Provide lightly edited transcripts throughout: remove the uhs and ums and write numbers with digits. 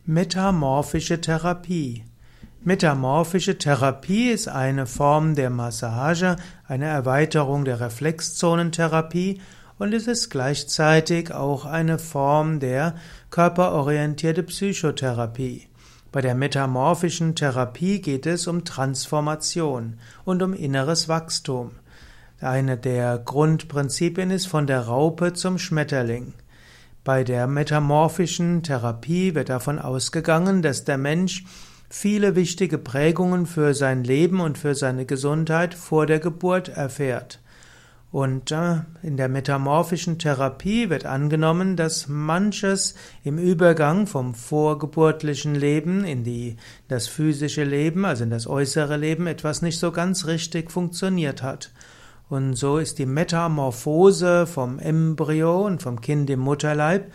Metamorphische Therapie. Metamorphische Therapie ist eine Form der Massage, eine Erweiterung der Reflexzonentherapie und es ist gleichzeitig auch eine Form der körperorientierten Psychotherapie. Bei der metamorphischen Therapie geht es um Transformation und um inneres Wachstum. Eine der Grundprinzipien ist von der Raupe zum Schmetterling. Bei der metamorphischen Therapie wird davon ausgegangen, dass der Mensch viele wichtige Prägungen für sein Leben und für seine Gesundheit vor der Geburt erfährt. Und in der metamorphischen Therapie wird angenommen, dass manches im Übergang vom vorgeburtlichen Leben in das physische Leben, also in das äußere Leben, etwas nicht so ganz richtig funktioniert hat. Und so ist die Metamorphose vom Embryo und vom Kind im Mutterleib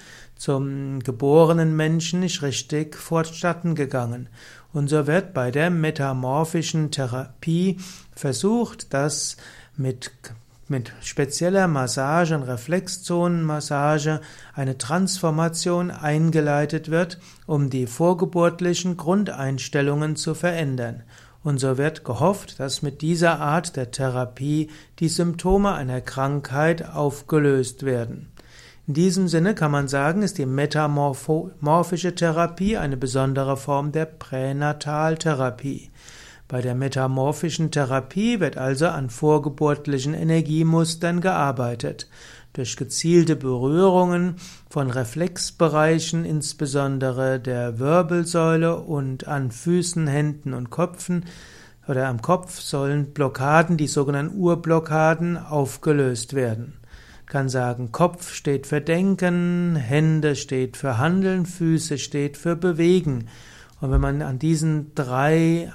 zum geborenen Menschen nicht richtig vonstatten gegangen. Und so wird bei der metamorphischen Therapie versucht, dass mit spezieller Massage und Reflexzonenmassage eine Transformation eingeleitet wird, um die vorgeburtlichen Grundeinstellungen zu verändern. Und so wird gehofft, dass mit dieser Art der Therapie die Symptome einer Krankheit aufgelöst werden. In diesem Sinne kann man sagen, ist die metamorphische Therapie eine besondere Form der Pränataltherapie. Bei der metamorphischen Therapie wird also an vorgeburtlichen Energiemustern gearbeitet. Durch gezielte Berührungen von Reflexbereichen, insbesondere der Wirbelsäule und an Füßen, Händen und Köpfen oder am Kopf sollen Blockaden, die sogenannten Urblockaden, aufgelöst werden. Man kann sagen, Kopf steht für Denken, Hände steht für Handeln, Füße steht für Bewegen. Und wenn man an diesen drei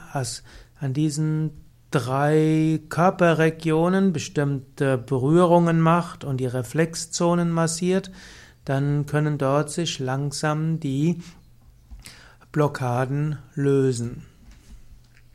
Körperregionen bestimmte Berührungen macht und die Reflexzonen massiert, dann können dort sich langsam die Blockaden lösen.